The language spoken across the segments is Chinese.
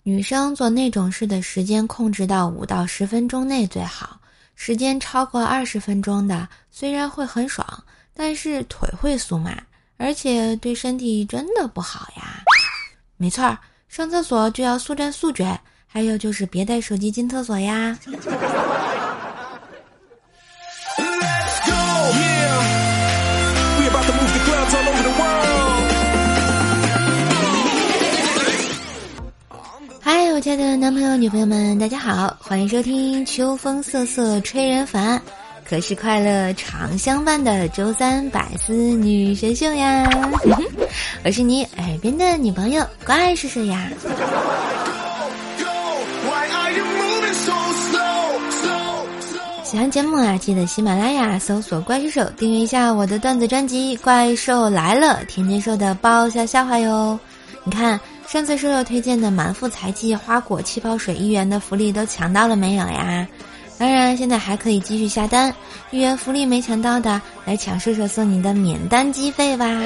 女生做那种事的时间控制到5到10分钟内最好，时间超过20分钟的虽然会很爽，但是腿会酥麻，而且对身体真的不好呀。没错，上厕所就要速战速决，还有就是别带手机进厕所呀。嗨，我亲爱的男朋友女朋友们，大家好，欢迎收听秋风瑟瑟吹人烦，可是快乐常相伴的周三百思女神秀呀。我是你耳边的女朋友怪叔叔呀。喜欢节目啊，记得喜马拉雅搜索怪兽手，订阅一下我的段子专辑怪兽来了，天天说的爆笑笑话哟。你看上次瘦瘦推荐的满腹才气花果气泡水1元的福利都抢到了没有呀？当然现在还可以继续下单，1元福利没抢到的来抢瘦瘦送你的免单机费吧。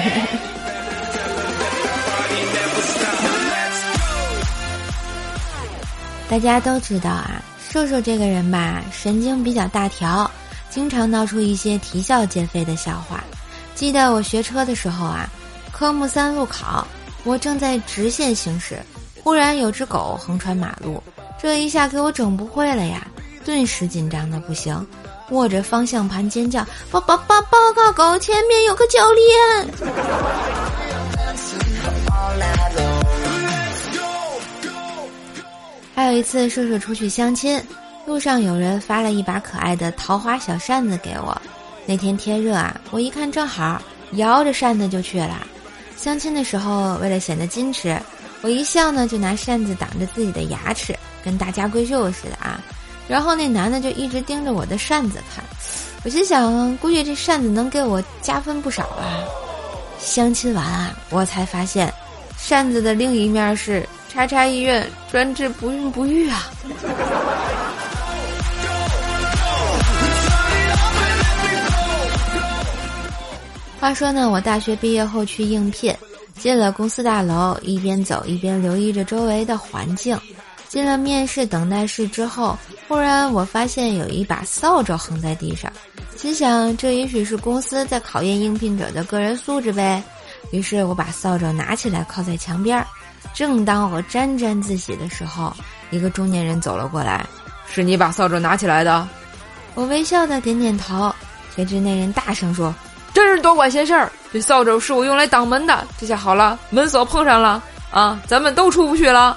大家都知道啊，瘦瘦这个人吧，神经比较大条，经常闹出一些啼笑皆非的笑话。记得我学车的时候啊，科目3路考，我正在直线行驶，忽然有只狗横穿马路，这一下给我整不会了呀，顿时紧张的不行，握着方向盘尖叫，报告狗，前面有个教练。还有一次瘦瘦出去相亲，路上有人发了一把可爱的桃花小扇子给我，那天天热啊，我一看正好，摇着扇子就去了。相亲的时候为了显得矜持，我一笑呢就拿扇子挡着自己的牙齿，跟大家闺秀似的啊。然后那男的就一直盯着我的扇子看，我心想估计这扇子能给我加分不少啊。相亲完啊，我才发现扇子的另一面是叉叉医院专治不孕不育啊。话说呢，我大学毕业后去应聘，进了公司大楼，一边走一边留意着周围的环境。进了面试等待室之后，忽然我发现有一把扫帚横在地上，心想这也许是公司在考验应聘者的个人素质呗。于是我把扫帚拿起来靠在墙边，正当我沾沾自喜的时候，一个中年人走了过来，是你把扫帚拿起来的？我微笑的点点头，谁知那人大声说，真是多管闲事儿，这扫帚是我用来挡门的，这下好了，门锁碰上了啊，咱们都出不去了。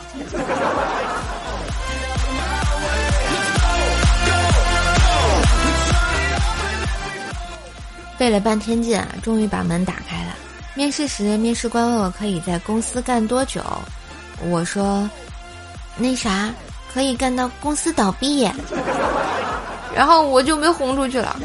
费了半天劲啊，终于把门打开了。面试时，面试官问我可以在公司干多久，我说那啥，可以干到公司倒闭。然后我就被轰出去了。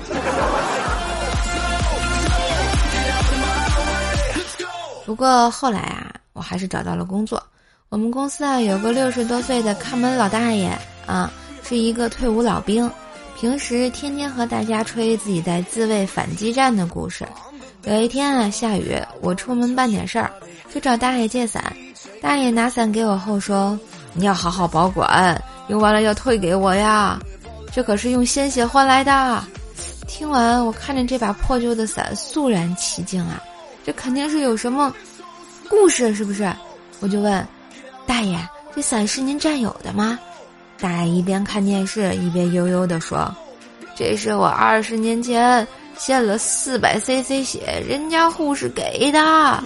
不过后来啊，我还是找到了工作。我们公司啊有个60多岁的看门老大爷啊，是一个退伍老兵，平时天天和大家吹自己在自卫反击战的故事。有一天啊下雨，我出门办点事儿，就找大爷借伞。大爷拿伞给我后说，你要好好保管，用完了要退给我呀，这可是用鲜血换来的。听完我看着这把破旧的伞肃然起敬啊，这肯定是有什么故事是不是？我就问大爷，这伞是您占有的吗？大爷一边看电视一边悠悠地说，这是我20年前献了400cc 血，人家护士给的。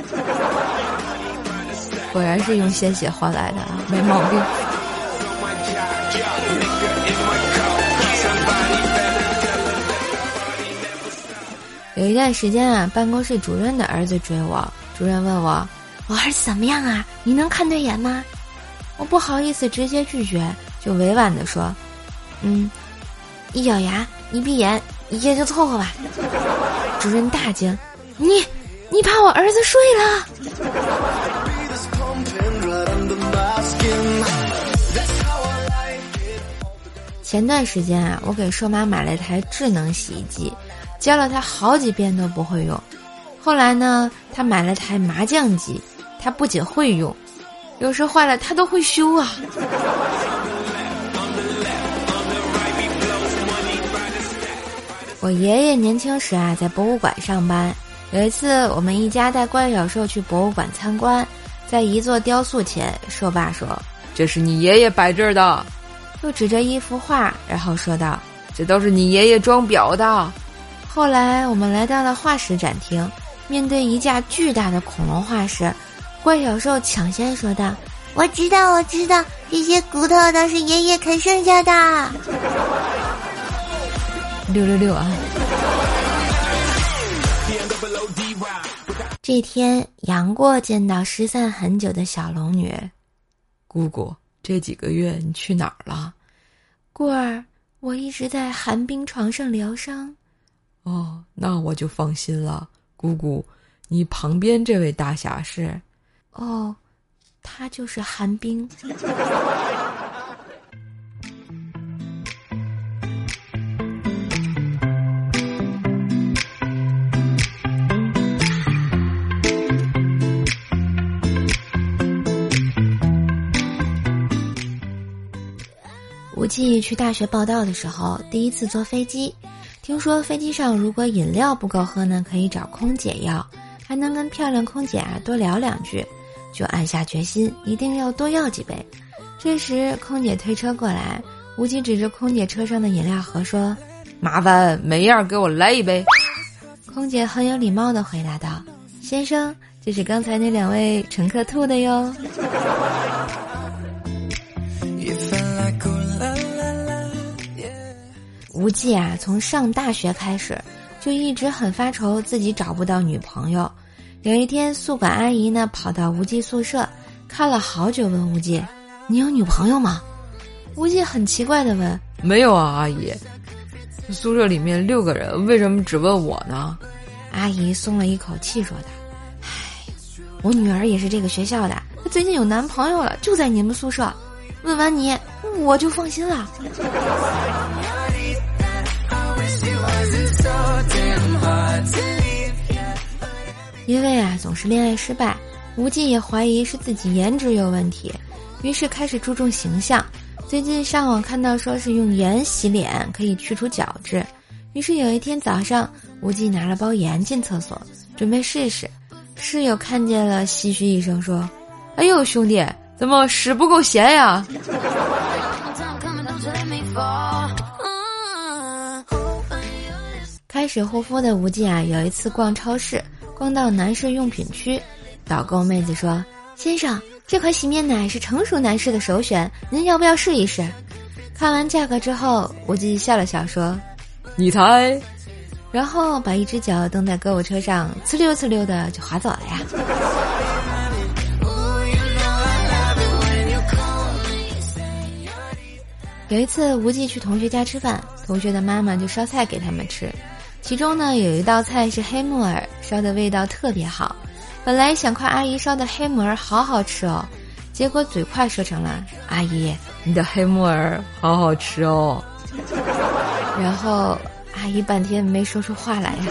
果然是用鲜血换来的啊，没毛病。有一段时间啊，办公室主任的儿子追我，主任问我儿子怎么样啊？你能看对眼吗？我不好意思直接拒绝，就委婉地说，一咬牙一闭眼也就凑合吧。主任大惊，你把我儿子睡了？前段时间啊，我给瘦妈买了一台智能洗衣机，教了她好几遍都不会用。后来呢，她买了台麻将机，她不仅会用， 有时坏了他都会修啊。我爷爷年轻时啊，在博物馆上班。有一次，我们一家带怪小兽去博物馆参观，在一座雕塑前，兽爸说：“ 这是你爷爷摆这儿的。” 又指着一幅画，然后说道：“ 这都是你爷爷装裱的。” 后来我们来到了化石展厅，面对一架巨大的恐龙化石，怪小兽抢先说道：“我知道，这些骨头都是爷爷啃剩下的。”666啊！这天，杨过见到失散很久的小龙女。 姑姑，这几个月你去哪儿了？ 过儿，我一直在寒冰床上疗伤。 哦，那我就放心了。姑姑，你旁边这位大侠是？ 哦，他就是寒冰。吴忌去大学报到的时候，第一次坐飞机，听说飞机上如果饮料不够喝呢，可以找空姐要，还能跟漂亮空姐多聊2句，就暗下决心一定要多要几杯。这时空姐推车过来，吴忌指着空姐车上的饮料盒说：“ 麻烦每样给我来1杯。” 空姐很有礼貌地回答道：“先生，这是刚才那2位乘客吐的哟。”吴忌啊，从上大学开始就一直很发愁自己找不到女朋友。有一天，宿管阿姨呢跑到吴忌宿舍，看了好久，问吴忌：“你有女朋友吗？”吴忌很奇怪地问：“ 没有啊，阿姨。宿舍里面6个人，为什么只问我呢？” 阿姨松了一口气说道：“唉，我女儿也是这个学校的，她最近有男朋友了，就在你们宿舍。问完你，我就放心了。”因为啊总是恋爱失败，吴忌也怀疑是自己颜值有问题，于是开始注重形象。最近上网看到说是用盐洗脸可以去除角质，于是有一天早上，吴忌拿了包盐进厕所，准备试试。室友看见了，唏嘘一声说：“哎呦兄弟，怎么屎不够咸呀？”开始护肤的吴忌啊，有一次逛超市，逛到男士用品区，导购妹子说：“先生，这款洗面奶是成熟男士的首选，您要不要试一试？”看完价格之后，吴忌笑了笑说：“ 你猜？” 然后把一只脚蹬在购物车上，呲溜呲溜的就滑走了呀。有一次吴忌去同学家吃饭，同学的妈妈就烧菜给他们吃，其中呢有一道菜是黑木耳，烧的味道特别好。本来想夸阿姨烧的黑木耳好好吃哦，结果嘴快说成了：“阿姨， 你的黑木耳好好吃哦。” 然后阿姨半天没说出话来呀。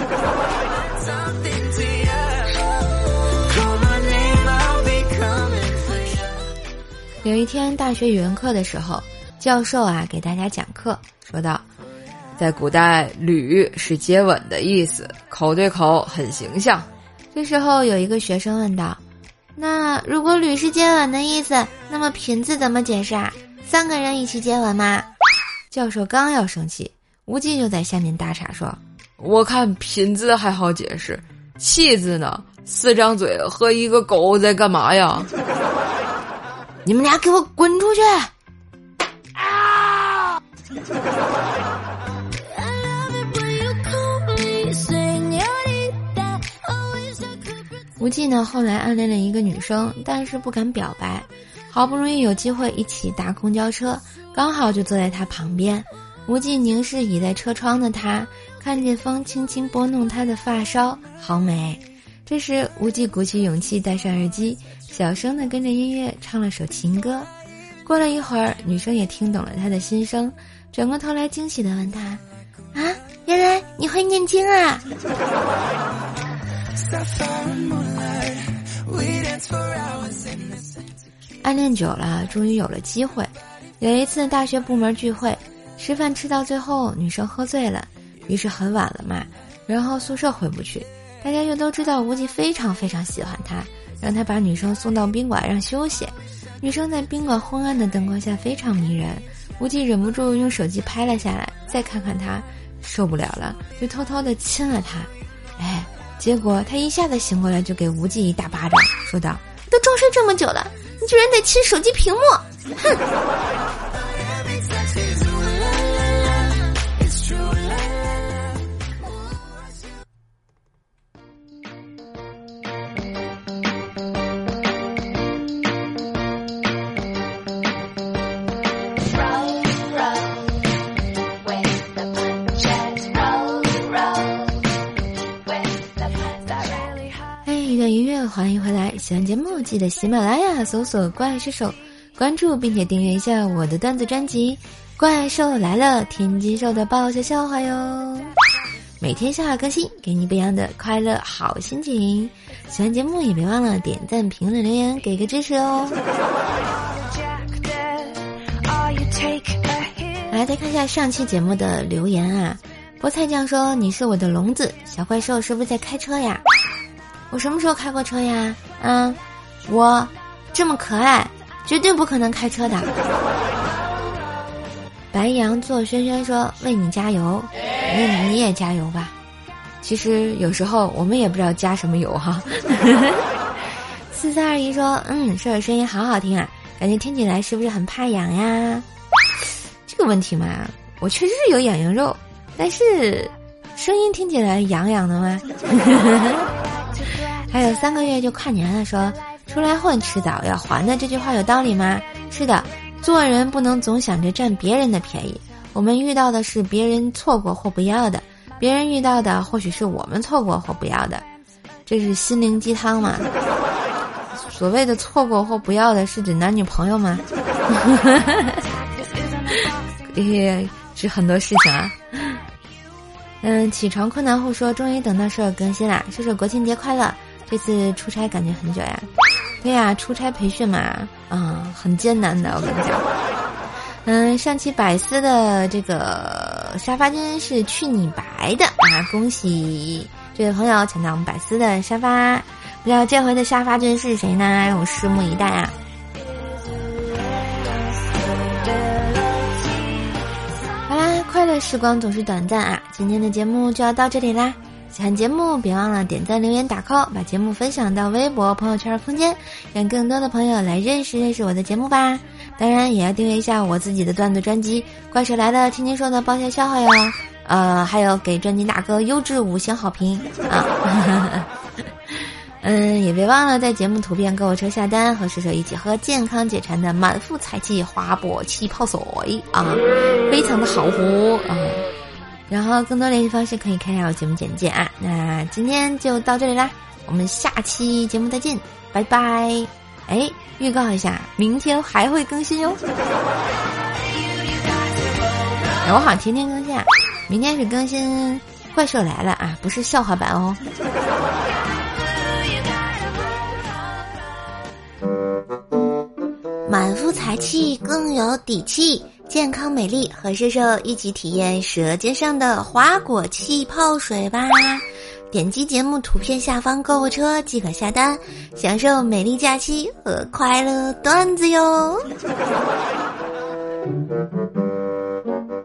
有一天大学语文课的时候，教授啊给大家讲课，说道：“ 在古代，履是接吻的意思，口对口很形象。” 这时候有一个学生问道：“那如果履是接吻的意思，那么品字怎么解释啊？3个人一起接吻吗？”教授刚要生气，吴忌就在下面打岔说：“ 我看品字还好解释，气字呢？4张嘴和一个狗在干嘛呀？ 你们俩给我滚出去！”啊！吴忌呢后来暗恋了一个女生，但是不敢表白，好不容易有机会一起搭公交车，刚好就坐在她旁边。吴忌凝视倚在车窗的她，看见风轻轻拨弄她的发梢，好美。这时吴忌鼓起勇气戴上耳机，小声地跟着音乐唱了首情歌。过了一会儿，女生也听懂了他的心声，转过头来惊喜地问他：“啊，原来你会念经啊！” 暗恋久了，终于有了机会。有一次大学部门聚会，吃饭吃到最后，女生喝醉了，于是很晚了嘛，然后宿舍回不去，大家又都知道无忌非常非常喜欢她，让他把女生送到宾馆让休息。女生在宾馆昏暗的灯光下非常迷人，无忌忍不住用手机拍了下来，再看看她，受不了了，就偷偷的亲了她。结果她一下子醒过来，就给无忌一大巴掌，说道：都装睡这么久了，你居然得亲手机屏幕，哼！一段音乐，欢迎回来！喜欢节目记得喜马拉雅搜索怪兽手，关注并且订阅一下我的段子专辑《怪兽来了》，天津兽的爆笑笑话哟！每天笑话更新，给你不一样的快乐好心情。喜欢节目也别忘了点赞、评论、留言，给个支持哦！来，再看一下上期节目的留言啊！菠菜酱说：“你是我的笼子，小怪兽是不是在开车呀？”我什么时候开过车呀？我这么可爱，绝对不可能开车的。白羊座轩轩说：“为你加油，你也加油吧。”其实有时候我们也不知道加什么油哈。4421说：“舍友声音好好听啊，感觉听起来是不是很怕痒呀？”这个问题嘛，我确实是有痒痒肉，但是声音听起来痒痒的吗？还有3个月就跨年了，说出来混迟早要还的，这句话有道理吗？是的，做人不能总想着占别人的便宜，我们遇到的是别人错过或不要的，别人遇到的或许是我们错过或不要的，这是心灵鸡汤嘛？所谓的错过或不要的是指男女朋友吗？也是很多事情啊。起床困难户说终于等到舍友更新啦，舍友国庆节快乐！这次出差感觉很久呀。对呀，出差培训嘛，很艰难的，我跟你讲。上期百思的这个沙发君是去你白的啊，恭喜这位朋友抢到我们百思的沙发。不知道这回的沙发君是谁呢？让我拭目以待啊。好啦，快乐时光总是短暂啊，今天的节目就要到这里啦。喜欢节目别忘了点赞、留言、打 call， 把节目分享到微博、朋友圈、空间，让更多的朋友来认识我的节目吧。当然也要订阅一下我自己的段子专辑《怪兽来了》，听您说的爆笑笑话哟。还有给专辑打个优质5星好评啊。也别忘了在节目图片购物车下单，和舍友一起喝健康解馋的满腹才气花果气泡水啊，非常的好喝啊。然后更多联系方式可以看一下我节目简介啊。那今天就到这里啦，我们下期节目再见，拜拜。预告一下，明天还会更新哟。我好像天天更新啊，明天是更新怪兽来了啊，不是笑话版哦。满腹才气更有底气，健康美丽，和舍友一起体验舌尖上的花果气泡水吧。点击节目图片下方购物车即可下单，享受美丽假期和快乐段子哟。